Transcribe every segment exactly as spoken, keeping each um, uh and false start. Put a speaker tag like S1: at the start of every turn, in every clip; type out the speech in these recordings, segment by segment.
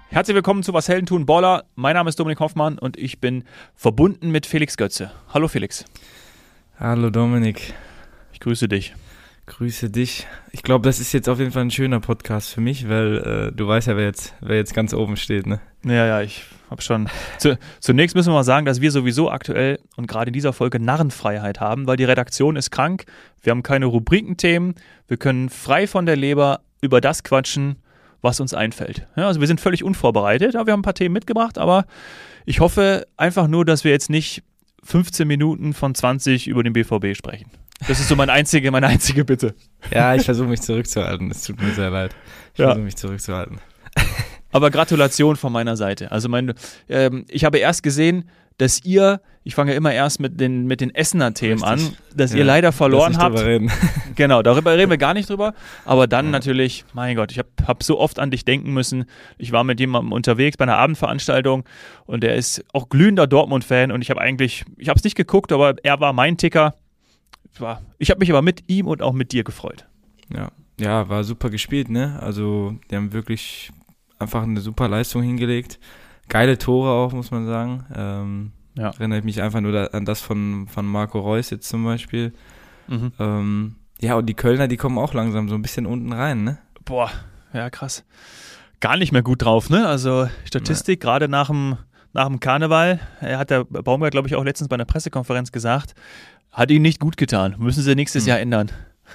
S1: Herzlich willkommen zu Was Helden tun, Baller. Mein Name ist Dominik Hoffmann und ich bin verbunden mit Felix Götze. Hallo Felix.
S2: Hallo Dominik.
S1: Ich grüße dich.
S2: Grüße dich. Ich glaube, das ist jetzt auf jeden Fall ein schöner Podcast für mich, weil äh, du weißt ja, wer jetzt, wer jetzt ganz oben steht, ne?
S1: Ja, ja, ich habe schon. Zu, zunächst müssen wir mal sagen, dass wir sowieso aktuell und gerade in dieser Folge Narrenfreiheit haben, weil die Redaktion ist krank. Wir haben keine Rubrikenthemen. Wir können frei von der Leber über das quatschen, was uns einfällt. Ja, also wir sind völlig unvorbereitet, aber wir haben ein paar Themen mitgebracht, aber ich hoffe einfach nur, dass wir jetzt nicht fünfzehn Minuten von zwanzig über den B V B sprechen. Das ist so meine einzige, meine einzige Bitte.
S2: Ja, ich versuche mich zurückzuhalten. Es tut mir sehr leid. Ich
S1: ja.
S2: versuche mich zurückzuhalten.
S1: Aber Gratulation von meiner Seite. Also mein, ähm, ich habe erst gesehen, dass ihr, ich fange ja immer erst mit den, mit den Essener Themen an, dass ja, ihr leider verloren habt.
S2: Darüber reden.
S1: Genau, darüber reden wir gar nicht drüber. Aber dann ja. natürlich, mein Gott, ich habe hab so oft an dich denken müssen. Ich war mit jemandem unterwegs bei einer Abendveranstaltung und der ist auch glühender Dortmund-Fan und ich habe eigentlich, ich habe es nicht geguckt, aber er war mein Ticker. War, ich habe mich aber mit ihm und auch mit dir gefreut.
S2: Ja, ja, war super gespielt, ne? Also die haben wirklich einfach eine super Leistung hingelegt. Geile Tore auch, muss man sagen. Ähm, ja. Erinnert mich einfach nur da, an das von, von Marco Reus jetzt zum Beispiel. Mhm. Ähm, ja, und die Kölner, die kommen auch langsam so ein bisschen unten rein, ne?
S1: Boah, ja krass. Gar nicht mehr gut drauf, ne? Also Statistik, gerade nach dem, nach dem Karneval, er hat der Baumgart, glaube ich, auch letztens bei einer Pressekonferenz gesagt, hat ihnen nicht gut getan. Müssen sie nächstes mhm. Jahr ändern.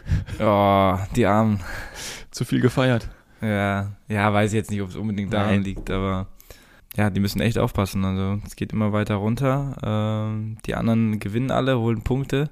S2: Oh, die Armen.
S1: Zu viel gefeiert.
S2: Ja, ja, weiß ich jetzt nicht, ob es unbedingt daran Nein. liegt, aber ja, die müssen echt aufpassen. Also es geht immer weiter runter. Ähm, die anderen gewinnen alle, holen Punkte.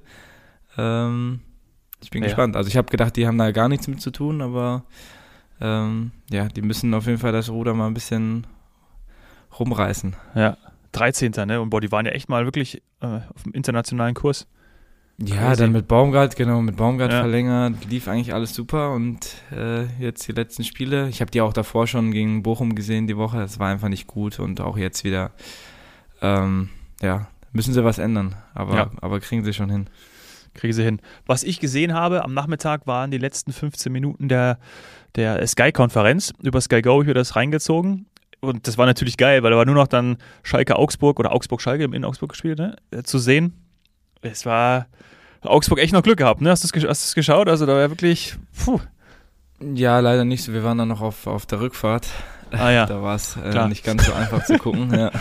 S2: Ähm, ich bin ja. gespannt. Also ich habe gedacht, die haben da gar nichts mit zu tun, aber ähm, ja, die müssen auf jeden Fall das Ruder mal ein bisschen rumreißen.
S1: Ja, dreizehnter ne? Und boah, die waren ja echt mal wirklich äh, auf dem internationalen Kurs.
S2: Ja, Crazy. Dann mit Baumgart, genau, mit Baumgart ja. verlängert, lief eigentlich alles super und äh, jetzt die letzten Spiele, ich habe die auch davor schon gegen Bochum gesehen die Woche, das war einfach nicht gut und auch jetzt wieder, ähm, ja, müssen sie was ändern, aber, ja. aber kriegen sie schon hin.
S1: Kriegen sie hin. Was ich gesehen habe, am Nachmittag waren die letzten fünfzehn Minuten der, der Sky-Konferenz, über Sky Go habe ich mir das reingezogen. Und das war natürlich geil, weil da war nur noch dann Schalke-Augsburg oder Augsburg-Schalke im in Augsburg gespielt, ne, zu sehen. Es war Augsburg echt noch Glück gehabt, ne? Hast du es geschaut? Also da war wirklich, puh.
S2: Ja, leider nicht so. Wir waren dann noch auf, auf der Rückfahrt.
S1: Ah ja.
S2: Da war es äh, nicht ganz so einfach zu gucken. Ja.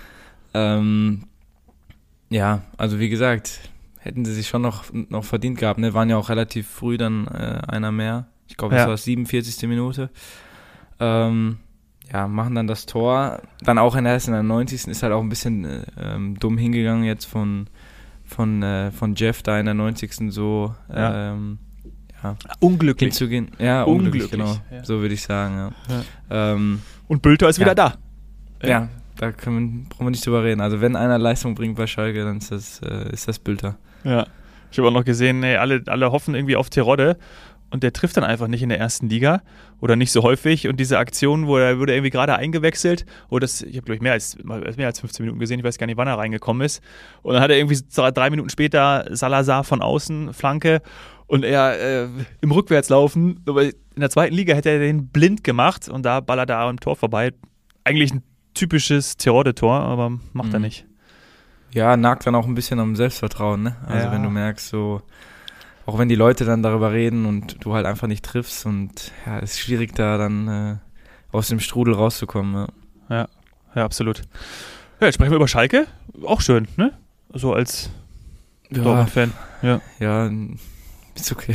S2: Ähm, ja, also wie gesagt, hätten sie sich schon noch, noch verdient gehabt, ne? Waren ja auch relativ früh dann äh, einer mehr. Ich glaube, das ja. war siebenundvierzigste Minute. Ähm, ja, machen dann das Tor. Dann auch in der ersten, in der neunzigsten ist halt auch ein bisschen äh, ähm, dumm hingegangen jetzt von von äh, von Jeff da in der neunzigsten so
S1: ja.
S2: Ähm, ja,
S1: unglücklich
S2: hinzugehen. Ja, unglücklich,
S1: unglücklich
S2: genau.
S1: Ja.
S2: So würde ich sagen, ja.
S1: ja.
S2: Ähm,
S1: Und Bülter ist
S2: ja.
S1: wieder da.
S2: Ja, da können wir, brauchen wir nicht drüber reden. Also wenn einer Leistung bringt bei Schalke, dann ist das, äh, ist das Bülter.
S1: Ja, ich habe auch noch gesehen, ey, alle, alle hoffen irgendwie auf Terodde. Und der trifft dann einfach nicht in der ersten Liga oder nicht so häufig. Und diese Aktion, wo er wurde irgendwie gerade eingewechselt, oder das, ich habe glaube ich mehr als, mehr als fünfzehn Minuten gesehen, ich weiß gar nicht, wann er reingekommen ist. Und dann hat er irgendwie drei Minuten später Salazar von außen, Flanke, und er äh, im Rückwärtslaufen, aber in der zweiten Liga hätte er den blind gemacht und da ballert er am Tor vorbei. Eigentlich ein typisches Terodde-Tor, aber macht mhm. er nicht.
S2: Ja, nagt dann auch ein bisschen am Selbstvertrauen, ne? Also
S1: ja.
S2: wenn du merkst, so auch wenn die Leute dann darüber reden und du halt einfach nicht triffst und ja, es ist schwierig da dann äh, aus dem Strudel rauszukommen. Ja.
S1: ja, ja, absolut. Ja, jetzt sprechen wir über Schalke. Auch schön, ne? So als
S2: ja,
S1: Dortmund-Fan. Ja,
S2: ja, ist okay.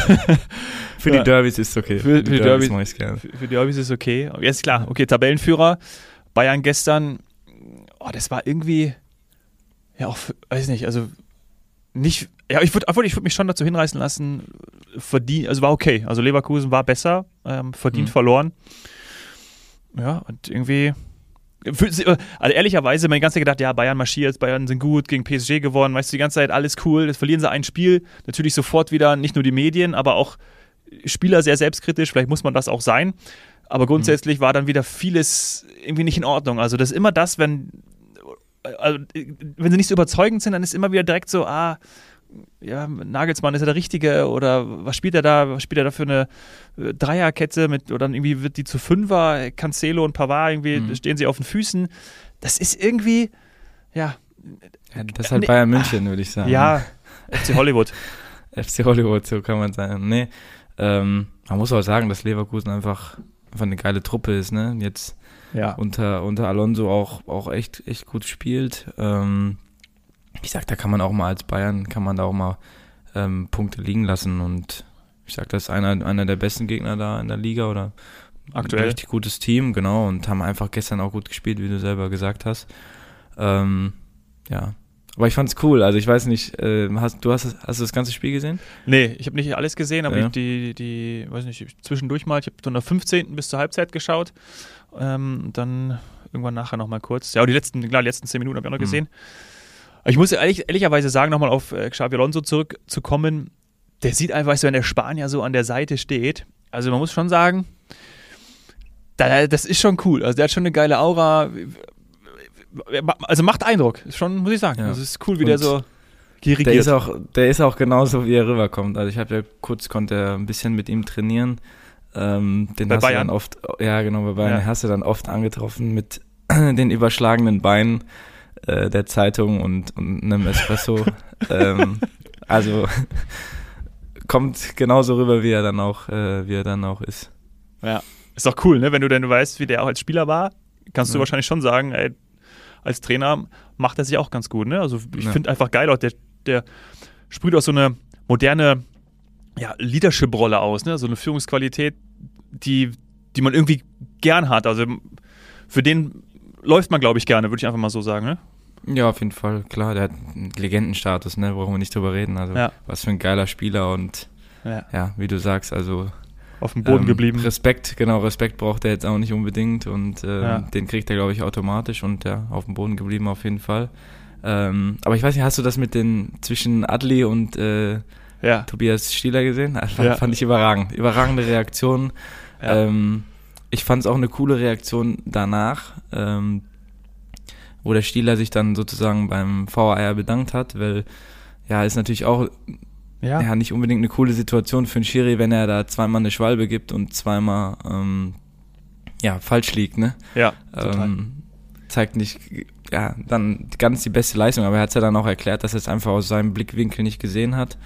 S2: Für ja. die Derbys ist es okay.
S1: Für, für die Derbys,
S2: mache ich gerne.
S1: Für, für die Derbys ist es okay. Jetzt klar, okay, Tabellenführer. Bayern gestern, oh, das war irgendwie, ja auch, weiß nicht, also nicht, ja, ich würde ich würd mich schon dazu hinreißen lassen, verdient, also war okay. Also Leverkusen war besser, ähm, verdient mhm. verloren. Ja, und irgendwie, also ehrlicherweise, meine ganze Zeit gedacht, ja, Bayern marschiert, Bayern sind gut, gegen P S G gewonnen, weißt du, die ganze Zeit alles cool, jetzt verlieren sie ein Spiel, natürlich sofort wieder nicht nur die Medien, aber auch Spieler sehr selbstkritisch, vielleicht muss man das auch sein, aber grundsätzlich mhm. war dann wieder vieles irgendwie nicht in Ordnung. Also das ist immer das, wenn, also, wenn sie nicht so überzeugend sind, dann ist immer wieder direkt so, ah, ja, Nagelsmann, ist er der Richtige oder was spielt er da? Was spielt er da für eine äh, Dreierkette mit, oder dann irgendwie wird die zu Fünfer, Cancelo und Pavard, irgendwie
S2: Mhm.
S1: stehen sie auf den Füßen. Das ist irgendwie, ja.
S2: Ja, das ist halt Bayern München, würde ich sagen.
S1: Ja, F C Hollywood.
S2: F C Hollywood, so kann man sagen. Nee, ähm, man muss auch sagen, dass Leverkusen einfach, einfach eine geile Truppe ist, ne? Jetzt
S1: Ja.
S2: unter, unter Alonso auch, auch echt, echt gut spielt. Ähm, ich sag, da kann man auch mal als Bayern, kann man da auch mal ähm, Punkte liegen lassen und ich sag, das ist einer, einer der besten Gegner da in der Liga oder
S1: Aktuell.
S2: ein richtig gutes Team, genau, und haben einfach gestern auch gut gespielt, wie du selber gesagt hast. Ähm, ja, aber ich fand's cool, also ich weiß nicht, äh, hast du hast, hast du das ganze Spiel gesehen?
S1: Nee, ich habe nicht alles gesehen, aber
S2: Ja.
S1: ich hab die, die, weiß nicht, zwischendurch mal, ich habe von der fünfzehnten bis zur Halbzeit geschaut. Ähm, dann irgendwann nachher nochmal kurz. Ja, die letzten, klar, die letzten zehn Minuten habe ich auch noch
S2: Mhm.
S1: gesehen. Aber ich muss ehrlich, ehrlicherweise sagen, nochmal auf äh, Xabi Alonso zurückzukommen, der sieht einfach, weißt du, wenn der Spanier so an der Seite steht, also man muss schon sagen, da, das ist schon cool. Also der hat schon eine geile Aura. Also macht Eindruck, ist schon, muss ich sagen.
S2: Ja.
S1: Also es ist cool, wie
S2: Und
S1: der so dirigiert.
S2: Der ist auch, der ist auch genauso, wie er rüberkommt. Also ich habe ja kurz, konnte er ein bisschen mit ihm trainieren. Ähm, den
S1: Bei
S2: hast
S1: Bayern?
S2: du dann oft, ja genau, bei Bayern
S1: Ja.
S2: hast du dann oft angetroffen mit den überschlagenen Beinen äh, der Zeitung und, und einem Espresso. ähm, also kommt genauso rüber, wie er dann auch, äh, wie er dann auch ist.
S1: Ja, ist doch cool, ne? Wenn du denn weißt, wie der auch als Spieler war, kannst du
S2: Ja.
S1: wahrscheinlich schon sagen, ey, als Trainer macht er sich auch ganz gut, ne? Also ich
S2: Ja.
S1: finde einfach geil, auch der, der sprüht auch so eine moderne, ja, Leadership-Rolle aus, ne? So eine Führungsqualität, die, die man irgendwie gern hat. Also für den läuft man, glaube ich, gerne, würde ich einfach mal so sagen, ne?
S2: Ja, auf jeden Fall, klar, der hat einen Legendenstatus, ne, brauchen wir nicht drüber reden. Also
S1: Ja.
S2: was für ein geiler Spieler und
S1: Ja.
S2: ja, wie du sagst, also
S1: Auf dem Boden
S2: ähm,
S1: geblieben.
S2: Respekt, genau, Respekt braucht er jetzt auch nicht unbedingt und ähm,
S1: Ja.
S2: den kriegt er, glaube ich, automatisch und ja, auf dem Boden geblieben auf jeden Fall. Ähm, aber ich weiß nicht, hast du das mit den zwischen Adli und äh,
S1: Ja.
S2: Tobias Stieler gesehen? Das fand,
S1: Ja.
S2: fand ich überragend. Überragende Reaktion.
S1: Ja.
S2: Ähm, ich fand es auch eine coole Reaktion danach, ähm, wo der Stieler sich dann sozusagen beim V A R bedankt hat, weil ja, ist natürlich auch
S1: Ja.
S2: ja, nicht unbedingt eine coole Situation für einen Schiri, wenn er da zweimal eine Schwalbe gibt und zweimal ähm, ja, falsch liegt, ne?
S1: Ja, total.
S2: Ähm, zeigt nicht ja, dann ganz die beste Leistung, aber er hat es ja dann auch erklärt, dass er es einfach aus seinem Blickwinkel nicht gesehen hat.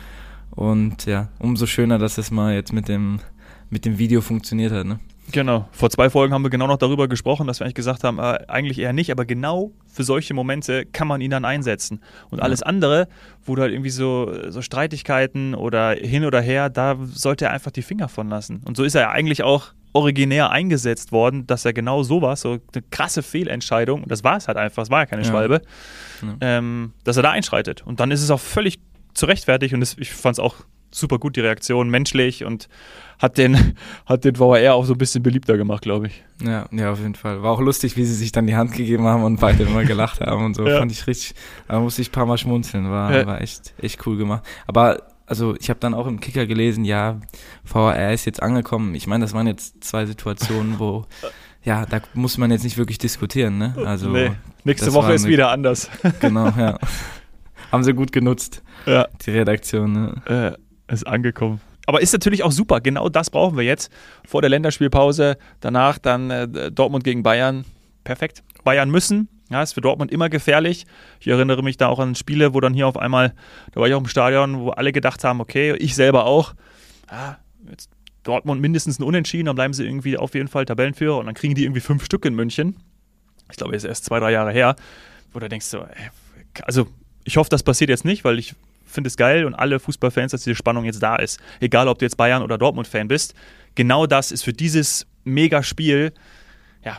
S2: Und ja, umso schöner, dass es mal jetzt mit dem mit dem Video funktioniert hat, ne?
S1: Genau. Vor zwei Folgen haben wir genau noch darüber gesprochen, dass wir eigentlich gesagt haben, äh, eigentlich eher nicht, aber genau für solche Momente kann man ihn dann einsetzen. Und
S2: Ja.
S1: alles andere, wo du halt irgendwie so, so Streitigkeiten oder hin oder her, da sollte er einfach die Finger von lassen. Und so ist er ja eigentlich auch originär eingesetzt worden, dass er genau sowas, so eine krasse Fehlentscheidung, und das war es halt einfach, es war ja keine
S2: Ja.
S1: Schwalbe,
S2: Ja.
S1: ähm, dass er da einschreitet. Und dann ist es auch völlig zurechtfertigt und das, ich fand es auch super gut, die Reaktion, menschlich, und hat den, hat den V A R auch so ein bisschen beliebter gemacht, glaube ich.
S2: Ja, ja, auf jeden Fall. War auch lustig, wie sie sich dann die Hand gegeben haben und beide immer gelacht haben und so.
S1: Ja.
S2: Fand ich richtig, da musste ich ein paar Mal schmunzeln. War,
S1: Ja.
S2: war echt, echt cool gemacht. Aber, also, ich habe dann auch im Kicker gelesen, ja, V A R ist jetzt angekommen. Ich meine, das waren jetzt zwei Situationen, wo, ja, da muss man jetzt nicht wirklich diskutieren, ne? Also,
S1: Nee. Nächste
S2: das
S1: Woche
S2: war
S1: ist
S2: eine-
S1: wieder anders.
S2: genau, ja. Haben sie gut genutzt,
S1: Ja.
S2: die Redaktion, ne?
S1: Äh, ist angekommen. Aber ist natürlich auch super. Genau das brauchen wir jetzt. Vor der Länderspielpause, danach dann äh, Dortmund gegen Bayern. Perfekt. Bayern müssen. Ja, ist für Dortmund immer gefährlich. Ich erinnere mich da auch an Spiele, wo dann hier auf einmal, da war ich auch im Stadion, wo alle gedacht haben, okay, ich selber auch, ah, jetzt Dortmund mindestens ein Unentschieden, dann bleiben sie irgendwie auf jeden Fall Tabellenführer und dann kriegen die irgendwie fünf Stück in München. Ich glaube, das ist erst zwei, drei Jahre her, wo du denkst so, ey, also ich hoffe, das passiert jetzt nicht, weil ich finde es geil und alle Fußballfans, dass diese Spannung jetzt da ist. Egal, ob du jetzt Bayern- oder Dortmund-Fan bist. Genau das ist für dieses Mega-Spiel, ja,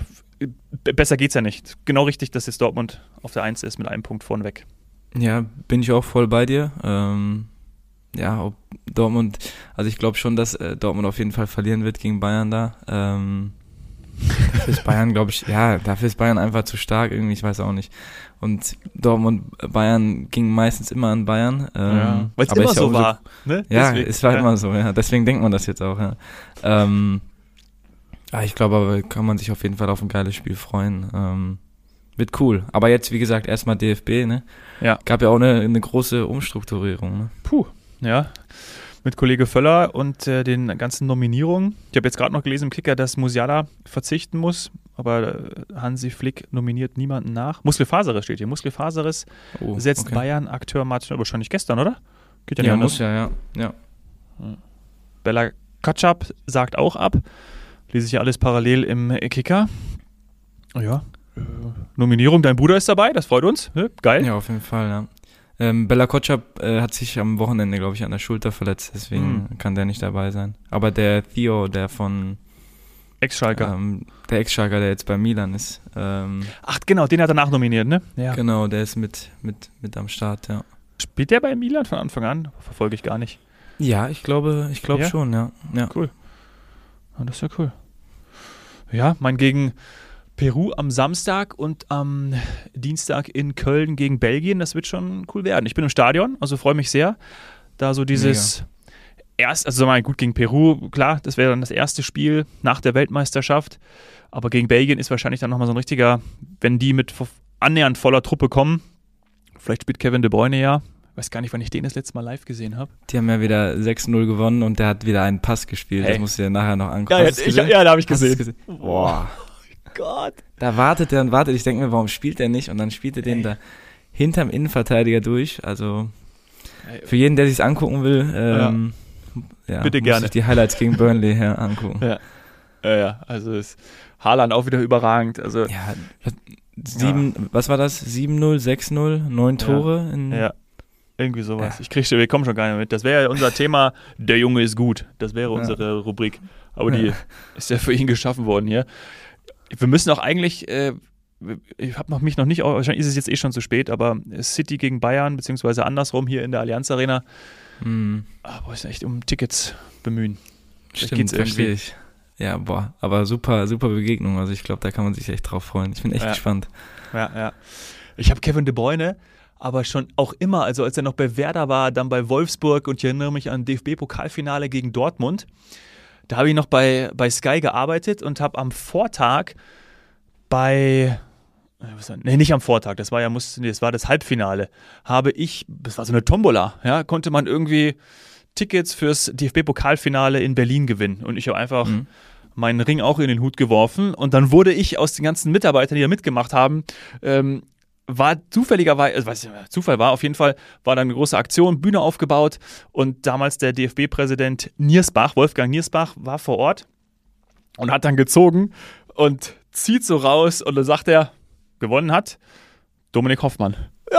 S1: b- besser geht's ja nicht. Genau richtig, dass jetzt Dortmund auf der Eins ist mit einem Punkt vorneweg.
S2: Ja, bin ich auch voll bei dir. Ähm, ja, ob Dortmund, also ich glaube schon, dass äh, Dortmund auf jeden Fall verlieren wird gegen Bayern da. Ähm, dafür ist Bayern, glaube ich, ja, dafür ist Bayern einfach zu stark irgendwie, ich weiß auch nicht. Und Dortmund, Bayern ging meistens immer an Bayern. Ähm,
S1: Weil es
S2: aber
S1: immer
S2: ist ja
S1: so
S2: umso-
S1: war. Ne?
S2: Ja,
S1: Deswegen.
S2: es war
S1: ja.
S2: immer so, ja. Deswegen denkt man das jetzt auch, ja. Ähm, ja, ich glaube aber, kann man sich auf jeden Fall auf ein geiles Spiel freuen. Ähm, wird cool. Aber jetzt, wie gesagt, erstmal D F B, ne?
S1: Ja.
S2: Gab ja auch eine, eine große Umstrukturierung, ne?
S1: Puh, ja. Mit Kollege Völler und äh, den ganzen Nominierungen. Ich habe jetzt gerade noch gelesen im Kicker, dass Musiala verzichten muss, aber äh, Hansi Flick nominiert niemanden nach. Muskelfaserriss steht hier. Muskelfaserriss
S2: Oh,
S1: setzt
S2: okay.
S1: Bayern-Akteur Martin, wahrscheinlich gestern, oder? Geht
S2: Ja,
S1: nicht anders.
S2: muss ja, ja. ja.
S1: Bella Kotschap sagt auch ab. Lese ich ja alles parallel im Kicker. Ja. Äh, Nominierung, dein Bruder ist dabei, das freut uns. Ja, geil.
S2: Ja, auf jeden Fall, ja. Ähm, Bella Kotschap äh, hat sich am Wochenende, glaube ich, an der Schulter verletzt, deswegen
S1: Mhm.
S2: kann der nicht dabei sein. Aber der Theo, der von
S1: Ex-Schalker.
S2: ähm, der Ex-Schalker, der jetzt bei Milan ist, ähm,
S1: Ach genau, den hat er nachnominiert, ne? Ja.
S2: genau, der ist mit, mit, mit am Start, ja.
S1: Spielt der bei Milan von Anfang an? Verfolge ich gar nicht.
S2: Ja, ich glaube, ich glaube
S1: Ja?
S2: schon, ja. ja.
S1: Cool. Ja, das ist ja cool. Ja, mein gegen Peru am Samstag und am Dienstag in Köln gegen Belgien, das wird schon cool werden. Ich bin im Stadion, also freue mich sehr, da so dieses erst, also mal gut gegen Peru, klar, das wäre dann das erste Spiel nach der Weltmeisterschaft, aber gegen Belgien ist wahrscheinlich dann nochmal so ein richtiger, wenn die mit annähernd voller Truppe kommen, vielleicht spielt Kevin De Bruyne ja, ich weiß gar nicht, wann ich den das letzte Mal live gesehen habe.
S2: Die haben ja wieder sechs null gewonnen und der hat wieder einen Pass gespielt.
S1: Hey.
S2: Das musst du dir nachher noch angucken.
S1: Ja,
S2: Hast
S1: ja,
S2: du's
S1: ich,
S2: gesehen?
S1: ja da habe ich
S2: Hast du's
S1: gesehen.
S2: gesehen?
S1: Boah. Gott.
S2: Da wartet er und wartet. Ich denke mir, warum spielt er nicht? Und dann spielt er den
S1: Ey.
S2: da hinterm Innenverteidiger durch. Also für jeden, der sich's angucken will, ähm, ja,
S1: Bitte
S2: muss
S1: gerne.
S2: sich die Highlights gegen Burnley her angucken.
S1: Ja. Ja, ja, also ist Haaland auch wieder überragend. Also
S2: Ja, sieben, was war das? sieben null, sechs null, neun
S1: Ja.
S2: Tore in
S1: ja, irgendwie sowas.
S2: Ja.
S1: Ich krieg schon, wir kommen schon gar nicht mehr mit. Das wäre ja unser Thema, der Junge ist gut. Das wäre
S2: Ja.
S1: unsere Rubrik. Aber die
S2: Ja.
S1: ist ja für ihn geschaffen worden hier. Wir müssen auch eigentlich, äh, ich habe noch mich noch nicht, wahrscheinlich ist es jetzt eh schon zu spät, aber City gegen Bayern, beziehungsweise andersrum hier in der Allianz Arena,
S2: Mhm.
S1: ah, boah, ist echt um Tickets bemühen. Vielleicht
S2: Stimmt,
S1: geht's irgendwie.
S2: verstehe ich. Ja, boah, aber super, super Begegnung. Also ich glaube, da kann man sich echt drauf freuen. Ich bin echt
S1: Ja.
S2: gespannt.
S1: Ja, ja. Ich habe Kevin De Bruyne, aber schon auch immer, also als er noch bei Werder war, dann bei Wolfsburg und ich erinnere mich an D F B-Pokalfinale gegen Dortmund. Da habe ich noch bei, bei Sky gearbeitet und habe am Vortag bei, äh, was war, nee, nicht am Vortag, das war ja, muss, nee, das war das Halbfinale, habe ich, das war so eine Tombola, ja, konnte man irgendwie Tickets fürs D F B-Pokalfinale in Berlin gewinnen und ich habe einfach
S2: Mhm.
S1: meinen Ring auch in den Hut geworfen und dann wurde ich aus den ganzen Mitarbeitern, die da mitgemacht haben, ähm, war zufälligerweise, also weiß ich nicht, Zufall war, auf jeden Fall war dann eine große Aktion, Bühne aufgebaut und damals der D F B-Präsident Niersbach, Wolfgang Niersbach, war vor Ort und hat dann gezogen und zieht so raus und dann sagt er, gewonnen hat Dominik Hoffmann. Ja,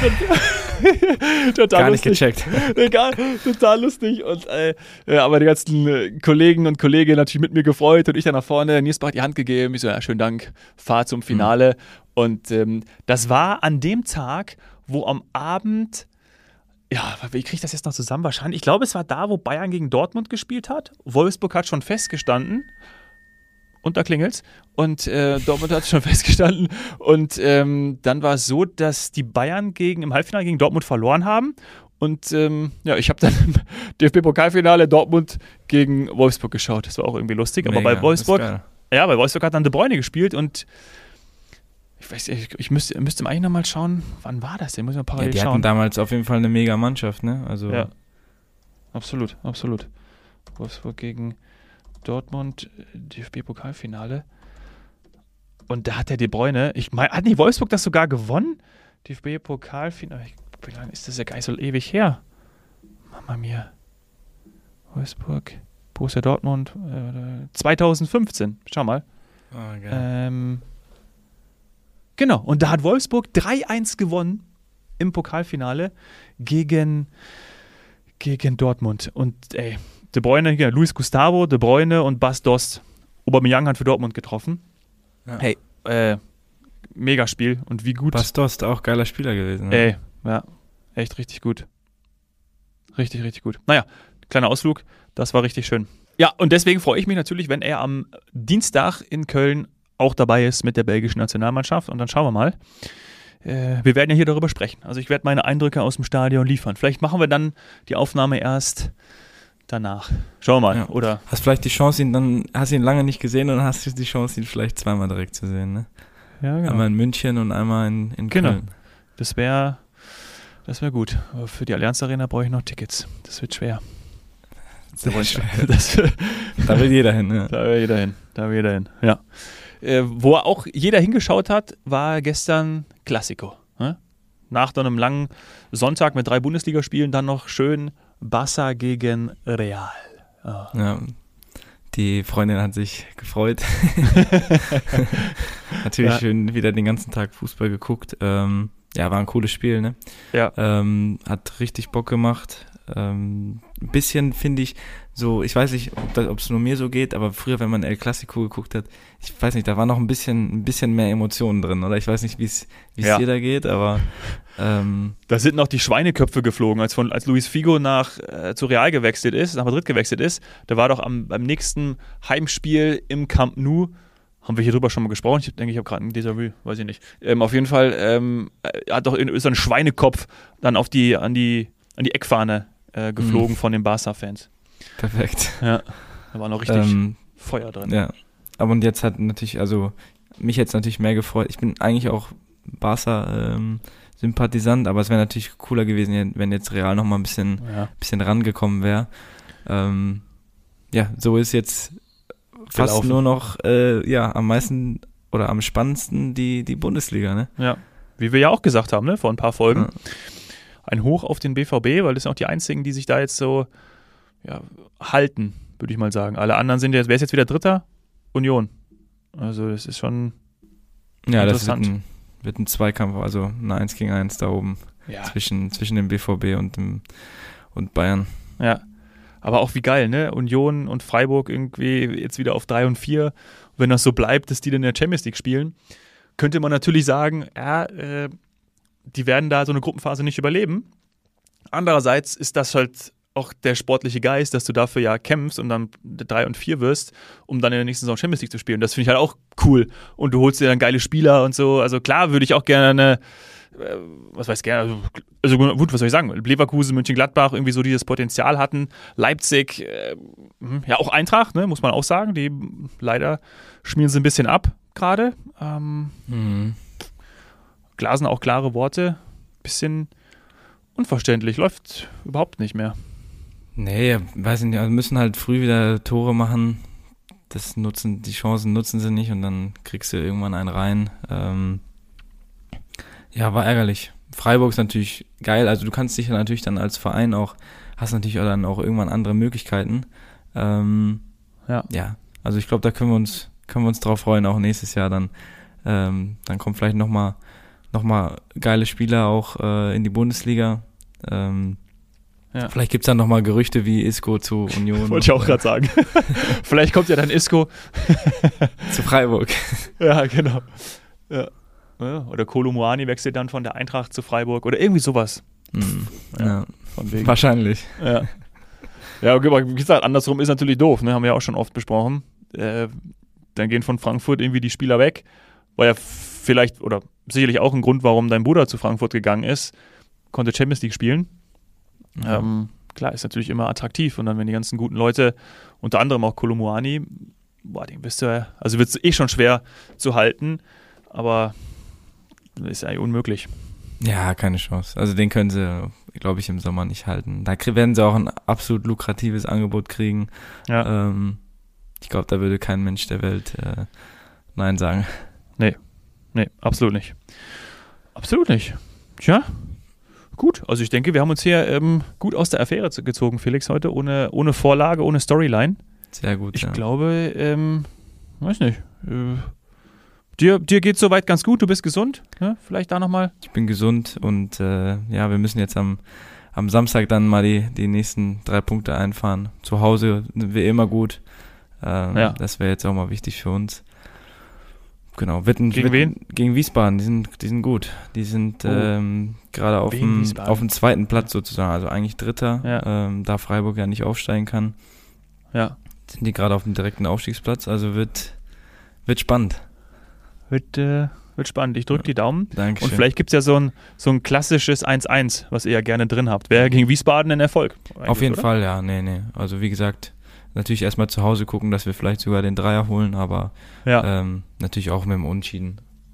S1: total
S2: Gar nicht
S1: lustig.
S2: gecheckt.
S1: Egal, total lustig. Und, äh, ja, aber die ganzen äh, Kollegen und Kolleginnen natürlich mit mir gefreut und ich dann nach vorne, Niersbach die Hand gegeben. Ich so, ja, schönen Dank, fahr zum Finale. Mhm. Und ähm, das war an dem Tag, wo am Abend, ja, wie kriege ich das jetzt noch zusammen? Wahrscheinlich, ich glaube, es war da, wo Bayern gegen Dortmund gespielt hat. Wolfsburg hat schon festgestanden. Und da klingelt's. Und äh, Dortmund hat schon festgestanden. Und ähm, dann war es so, dass die Bayern gegen, im Halbfinale gegen Dortmund verloren haben. Und ähm, ja, ich habe dann im D F B-Pokalfinale Dortmund gegen Wolfsburg geschaut. Das war auch irgendwie lustig. Aber
S2: Mega,
S1: bei Wolfsburg,
S2: das ist geil.
S1: ja, bei Wolfsburg hat dann De Bruyne gespielt. Und ich weiß, ich, ich müsste, müsste eigentlich nochmal schauen, wann war das denn? Muss ich mal
S2: Ja,
S1: parallel
S2: die
S1: schauen.
S2: hatten damals auf jeden Fall eine mega Mannschaft, ne? Also
S1: Ja, absolut, absolut. Wolfsburg gegen Dortmund, D F B-Pokalfinale. Und da hat der De Bruyne, ich meine, hat nicht Wolfsburg das sogar gewonnen? D F B-Pokalfinale, wie lange ist das ja gar nicht so ewig her? Mama mia. Wolfsburg, Borussia Dortmund, äh, zwanzig fünfzehn, schau mal.
S2: oh, geil.
S1: Ähm, genau, und da hat Wolfsburg drei eins gewonnen im Pokalfinale gegen, gegen Dortmund. Und ey, De Bruyne, ja, Luis Gustavo, De Bruyne und Bas Dost. Aubameyang hat für Dortmund getroffen.
S2: Ja.
S1: Hey, äh, mega Spiel und wie gut.
S2: Bas Dost, auch geiler Spieler gewesen. Ne?
S1: Ey, ja, echt richtig gut. Richtig, richtig gut. Naja, kleiner Ausflug, das war richtig schön. Ja, und deswegen freue ich mich natürlich, wenn er am Dienstag in Köln auch dabei ist mit der belgischen Nationalmannschaft. Und dann schauen wir mal. Äh, wir werden ja hier darüber sprechen. Also ich werde meine Eindrücke aus dem Stadion liefern. Vielleicht machen wir dann die Aufnahme erst danach. Schauen wir mal.
S2: Ja.
S1: Oder
S2: Hast vielleicht die Chance, ihn dann, hast ihn lange nicht gesehen und hast die Chance, ihn vielleicht zweimal direkt zu sehen, ne?
S1: Ja, genau.
S2: Einmal in München und einmal in, in
S1: Genau.
S2: Köln.
S1: Das wäre das wär gut. Aber für die Allianz Arena brauche ich noch Tickets. Das wird schwer.
S2: Sehr
S1: Da,
S2: schwer.
S1: das,
S2: Da will jeder hin, ja.
S1: da will jeder hin. Da will jeder hin. Ja. Äh, wo auch jeder hingeschaut hat, war gestern Classico. Ne? Nach dann einem langen Sonntag mit drei Bundesligaspielen dann noch schön Barça gegen Real. Oh.
S2: Ja. Die Freundin hat sich gefreut. Natürlich
S1: Ja.
S2: schön wieder den ganzen Tag Fußball geguckt. Ähm, ja, war ein cooles Spiel, ne?
S1: Ja.
S2: Ähm, hat richtig Bock gemacht. Ähm, ein bisschen finde ich so, ich weiß nicht, ob es nur mir so geht, aber früher, wenn man El Clasico geguckt hat, ich weiß nicht, da war noch ein bisschen, ein bisschen mehr Emotionen drin, oder? Ich weiß nicht, wie es
S1: Ja.
S2: dir da geht, aber ähm,
S1: Da sind noch die Schweineköpfe geflogen, als, von, als Luis Figo nach, äh, zu Real gewechselt ist, nach Madrid gewechselt ist. Da war doch am, beim nächsten Heimspiel im Camp Nou, haben wir hier drüber schon mal gesprochen, ich denke, ich habe gerade ein Déjà-vu, weiß ich nicht. Ähm, auf jeden Fall ähm, hat doch in, so ein Schweinekopf dann auf die, an die, an die Eckfahne äh, geflogen
S2: Mhm.
S1: von den Barca-Fans.
S2: perfekt.
S1: Ja, da war noch richtig
S2: Ähm,
S1: Feuer drin.
S2: Ja, aber und jetzt hat natürlich, also mich jetzt natürlich mehr gefreut. Ich bin eigentlich auch Barca-Sympathisant, aber es wäre natürlich cooler gewesen, wenn jetzt Real noch mal ein bisschen,
S1: Ja.
S2: bisschen rangekommen wäre. Ähm, ja, so ist jetzt fast
S1: Gelaufen.
S2: nur noch äh, ja am meisten oder am spannendsten die, die Bundesliga, ne?
S1: Ja, wie wir ja auch gesagt haben, ne, vor ein paar Folgen.
S2: Ja.
S1: Ein Hoch auf den B V B, weil das sind auch die einzigen, die sich da jetzt so ja, halten, würde ich mal sagen. Alle anderen sind jetzt, wer ist jetzt wieder Dritter? Union. Also das ist schon
S2: Ja, das wird
S1: interessant.
S2: ein, wird ein Zweikampf, also ein eins gegen eins da oben
S1: Ja.
S2: zwischen, zwischen dem B V B und dem und Bayern.
S1: Ja. Aber auch wie geil, ne? Union und Freiburg irgendwie jetzt wieder auf drei und vier. Wenn das so bleibt, dass die dann in der Champions League spielen, könnte man natürlich sagen, ja, äh, die werden da so eine Gruppenphase nicht überleben. Andererseits ist das halt auch der sportliche Geist, dass du dafür ja kämpfst und dann drei und vier wirst, um dann in der nächsten Saison Champions League zu spielen. Das finde ich halt auch cool. Und du holst dir dann geile Spieler und so. Also klar würde ich auch gerne eine, äh, was weiß ich gerne, also, also gut, was soll ich sagen? Leverkusen, Mönchengladbach irgendwie so dieses Potenzial hatten. Leipzig, äh, ja auch Eintracht, ne, muss man auch sagen. Die leider schmieren sie ein bisschen ab gerade. Ähm,
S2: Mhm.
S1: Glasen auch klare Worte. Bisschen unverständlich, läuft überhaupt nicht mehr.
S2: Nee, weiß ich nicht, also müssen halt früh wieder Tore machen. Das nutzen, die Chancen nutzen sie nicht und dann kriegst du irgendwann einen rein. Ähm, ja, war ärgerlich. Freiburg ist natürlich geil, also du kannst dich ja natürlich dann als Verein auch, hast natürlich auch dann auch irgendwann andere Möglichkeiten. Ähm,
S1: Ja.
S2: ja, also ich glaube, da können wir uns, können wir uns drauf freuen, auch nächstes Jahr dann. Ähm, dann kommen vielleicht nochmal noch mal geile Spieler auch äh, in die Bundesliga. Ähm,
S1: Ja.
S2: Vielleicht gibt es dann nochmal Gerüchte wie Isco zu Union.
S1: Wollte ich auch gerade sagen. Vielleicht kommt ja dann Isco.
S2: Zu Freiburg.
S1: Ja, genau. Ja. Ja, oder Kolomuani wechselt dann von der Eintracht zu Freiburg oder irgendwie sowas.
S2: Hm,
S1: Ja.
S2: ja.
S1: Von wegen.
S2: Wahrscheinlich.
S1: Ja. Ja, okay, aber wie gesagt, andersrum ist natürlich doof, ne? Haben wir ja auch schon oft besprochen. Äh, dann gehen von Frankfurt irgendwie die Spieler weg. War ja vielleicht, oder sicherlich auch ein Grund, warum dein Bruder zu Frankfurt gegangen ist. Konnte Champions League spielen.
S2: Ja.
S1: Ähm, klar, ist natürlich immer attraktiv. Und dann, wenn die ganzen guten Leute, unter anderem auch Kolomuani, boah, den bist du, also wird es eh schon schwer zu halten, aber ist eigentlich unmöglich.
S2: Ja, keine Chance. Also den können sie, glaube ich, im Sommer nicht halten. Da krie- werden sie auch ein absolut lukratives Angebot kriegen.
S1: Ja.
S2: Ähm, ich glaube, da würde kein Mensch der Welt äh, Nein sagen.
S1: Nee, absolut nicht. Absolut nicht. Tja, gut. Also ich denke, wir haben uns hier ähm, gut aus der Affäre zu- gezogen, Felix, heute, ohne, ohne Vorlage, ohne Storyline.
S2: Sehr gut,
S1: Ich
S2: ja.
S1: glaube, ähm, weiß nicht, äh, dir, dir geht es soweit ganz gut, du bist gesund, ne? Vielleicht da nochmal.
S2: Ich bin gesund und äh, ja, wir müssen jetzt am, am Samstag dann mal die, die nächsten drei Punkte einfahren. Zu Hause wie immer gut. Ähm,
S1: Ja.
S2: Das wäre jetzt auch mal wichtig für uns. Genau. Witten,
S1: Gegen
S2: Witten, Gegen Wiesbaden, die sind, die sind gut. Die sind
S1: Oh.
S2: ähm, gerade auf
S1: Wegen
S2: dem
S1: Wiesbaden.
S2: auf dem zweiten Platz sozusagen, also eigentlich Dritter,
S1: Ja.
S2: ähm, da Freiburg ja nicht aufsteigen kann,
S1: Ja,
S2: sind die gerade auf dem direkten Aufstiegsplatz, also wird, wird spannend.
S1: wird, äh, wird spannend. Ich drücke die Daumen.
S2: Dankeschön.
S1: Und vielleicht gibt es ja so ein, so ein klassisches eins eins, was ihr ja gerne drin habt. Wäre gegen Wiesbaden ein Erfolg.
S2: Auf jeden
S1: oder?
S2: Fall, ja, nee, nee. Also wie gesagt, natürlich erstmal zu Hause gucken, dass wir vielleicht sogar den Dreier holen, aber
S1: Ja,
S2: ähm, natürlich auch mit dem Unentschieden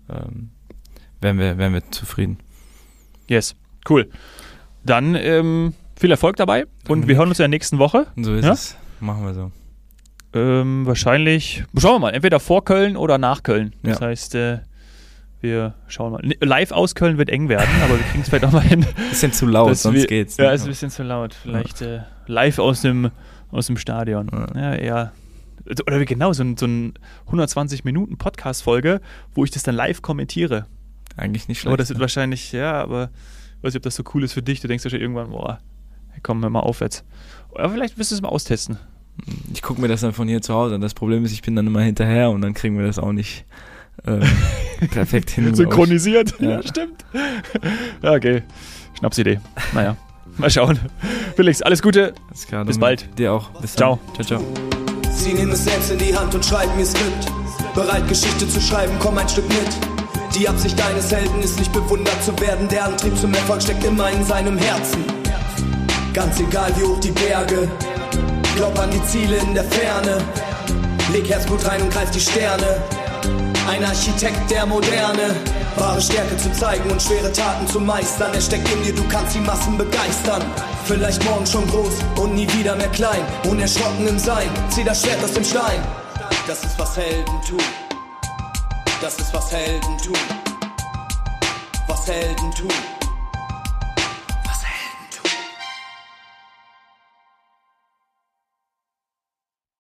S2: ähm, wären wir, wären wir zufrieden.
S1: Yes, cool. Dann ähm, viel Erfolg dabei und wir hören uns in der nächsten Woche.
S2: So ist
S1: ja?
S2: es. Machen wir so.
S1: Ähm, wahrscheinlich, schauen wir mal, entweder vor Köln oder nach Köln. Das
S2: Ja.
S1: heißt, äh, wir schauen mal. Live aus Köln wird eng werden, aber wir kriegen es vielleicht auch mal hin.
S2: Bisschen zu laut,
S1: dass
S2: sonst
S1: wir,
S2: geht's.
S1: Ja,
S2: ne?
S1: ist ein bisschen zu laut. Vielleicht äh, live aus dem, aus dem Stadion.
S2: Ja.
S1: Ja, eher. Oder wie genau, so ein, so ein hundertzwanzig Minuten Podcast-Folge, wo ich das dann live kommentiere.
S2: Eigentlich nicht schlecht.
S1: Aber das wird
S2: ne?
S1: wahrscheinlich, ja, aber ich weiß nicht, ob das so cool ist für dich. Du denkst ja schon irgendwann, boah, komm wir mal aufwärts. Aber vielleicht wirst du es mal austesten.
S2: Ich gucke mir das dann von hier zu Hause an. Das Problem ist, ich bin dann immer hinterher und dann kriegen wir das auch nicht ähm, perfekt hin.
S1: Synchronisiert.
S2: Ja.
S1: Ja, stimmt. Ja, okay. Schnapsidee. Naja, mal schauen. Felix, alles Gute.
S2: Alles klar,
S1: Bis
S2: dann
S1: bald.
S2: Dir auch. Bis
S1: Ciao.
S2: dann. Ciao, ciao.
S3: Sie nehmen es selbst in die Hand und schreiben ihr Skript. Bereit, Geschichte zu schreiben, komm ein Stück mit. Die Absicht deines Helden ist nicht bewundert zu werden. Der Antrieb zum Erfolg steckt immer in seinem Herzen. Ganz egal wie hoch die Berge, glaub an die Ziele in der Ferne. Leg Herzblut rein und greif die Sterne. Ein Architekt der Moderne. Wahre Stärke zu zeigen und schwere Taten zu meistern. Er steckt in dir, du kannst die Massen begeistern. Vielleicht morgen schon groß und nie wieder mehr klein. Unerschrocken im Sein, zieh das Schwert aus dem Stein. Das ist was Helden tun. Das ist was Helden tun. Was Helden tun.